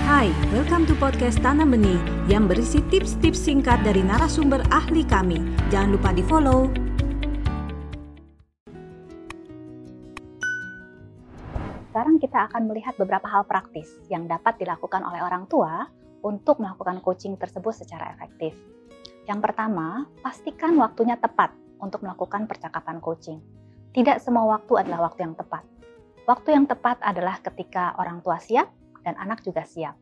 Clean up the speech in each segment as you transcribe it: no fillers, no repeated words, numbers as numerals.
Hai, welcome to podcast Tanam Benih yang berisi tips-tips singkat dari narasumber ahli kami. Jangan lupa di-follow. Sekarang kita akan melihat beberapa hal praktis yang dapat dilakukan oleh orang tua untuk melakukan coaching tersebut secara efektif. Yang pertama, pastikan waktunya tepat untuk melakukan percakapan coaching. Tidak semua waktu adalah waktu yang tepat. Waktu yang tepat adalah ketika orang tua siap dan anak juga siap.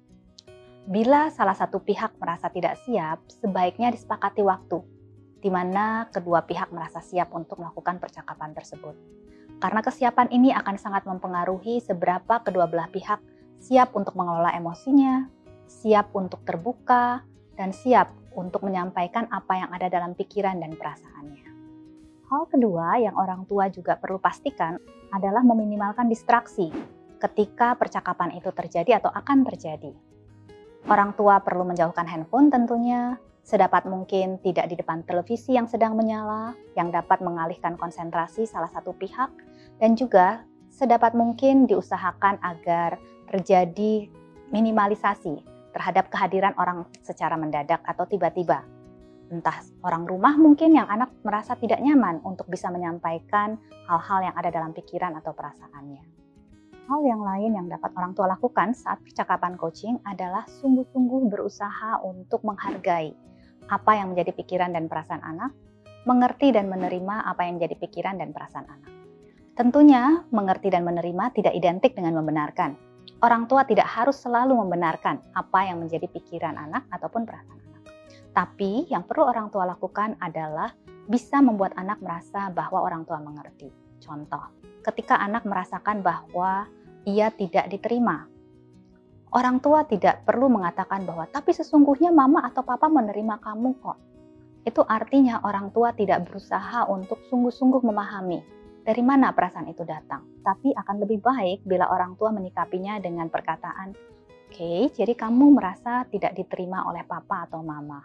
Bila salah satu pihak merasa tidak siap, sebaiknya disepakati waktu, di mana kedua pihak merasa siap untuk melakukan percakapan tersebut. Karena kesiapan ini akan sangat mempengaruhi seberapa kedua belah pihak siap untuk mengelola emosinya, siap untuk terbuka, dan siap untuk menyampaikan apa yang ada dalam pikiran dan perasaannya. Hal kedua yang orang tua juga perlu pastikan adalah meminimalkan distraksi ketika percakapan itu terjadi atau akan terjadi. Orang tua perlu menjauhkan handphone tentunya, sedapat mungkin tidak di depan televisi yang sedang menyala, yang dapat mengalihkan konsentrasi salah satu pihak, dan juga sedapat mungkin diusahakan agar terjadi minimalisasi terhadap kehadiran orang secara mendadak atau tiba-tiba. Entah orang rumah mungkin yang anak merasa tidak nyaman untuk bisa menyampaikan hal-hal yang ada dalam pikiran atau perasaannya. Hal yang lain yang dapat orang tua lakukan saat percakapan coaching adalah sungguh-sungguh berusaha untuk menghargai apa yang menjadi pikiran dan perasaan anak, mengerti dan menerima apa yang menjadi pikiran dan perasaan anak. Tentunya, mengerti dan menerima tidak identik dengan membenarkan. Orang tua tidak harus selalu membenarkan apa yang menjadi pikiran anak ataupun perasaan anak. Tapi, yang perlu orang tua lakukan adalah bisa membuat anak merasa bahwa orang tua mengerti. Contoh, ketika anak merasakan bahwa ia tidak diterima, orang tua tidak perlu mengatakan bahwa tapi sesungguhnya mama atau papa menerima kamu kok. Itu artinya orang tua tidak berusaha untuk sungguh-sungguh memahami dari mana perasaan itu datang. Tapi akan lebih baik bila orang tua menyikapinya dengan perkataan, "Oke, jadi kamu merasa tidak diterima oleh papa atau mama.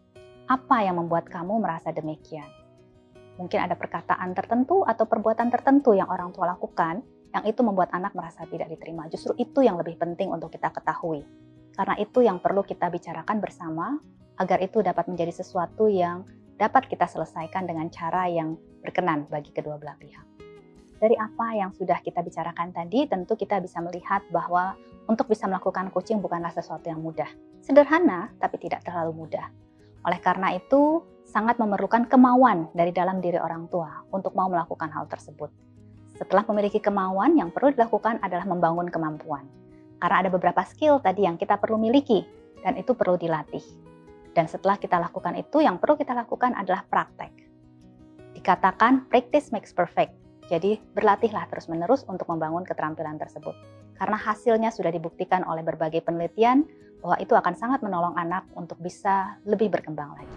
Apa yang membuat kamu merasa demikian?" Mungkin ada perkataan tertentu atau perbuatan tertentu yang orang tua lakukan yang itu membuat anak merasa tidak diterima. Justru itu yang lebih penting untuk kita ketahui. Karena itu yang perlu kita bicarakan bersama agar itu dapat menjadi sesuatu yang dapat kita selesaikan dengan cara yang berkenan bagi kedua belah pihak. Dari apa yang sudah kita bicarakan tadi, tentu kita bisa melihat bahwa untuk bisa melakukan coaching bukanlah sesuatu yang mudah. Sederhana, tapi tidak terlalu mudah. Oleh karena itu, sangat memerlukan kemauan dari dalam diri orang tua untuk mau melakukan hal tersebut. Setelah memiliki kemauan, yang perlu dilakukan adalah membangun kemampuan. Karena ada beberapa skill tadi yang kita perlu miliki, dan itu perlu dilatih. Dan setelah kita lakukan itu, yang perlu kita lakukan adalah praktek. Dikatakan practice makes perfect. Jadi berlatihlah terus-menerus untuk membangun keterampilan tersebut. Karena hasilnya sudah dibuktikan oleh berbagai penelitian bahwa itu akan sangat menolong anak untuk bisa lebih berkembang lagi.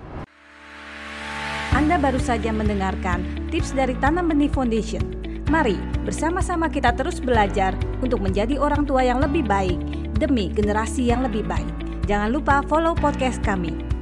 Anda baru saja mendengarkan tips dari Tanam Benih Foundation. Mari bersama-sama kita terus belajar untuk menjadi orang tua yang lebih baik demi generasi yang lebih baik. Jangan lupa follow podcast kami.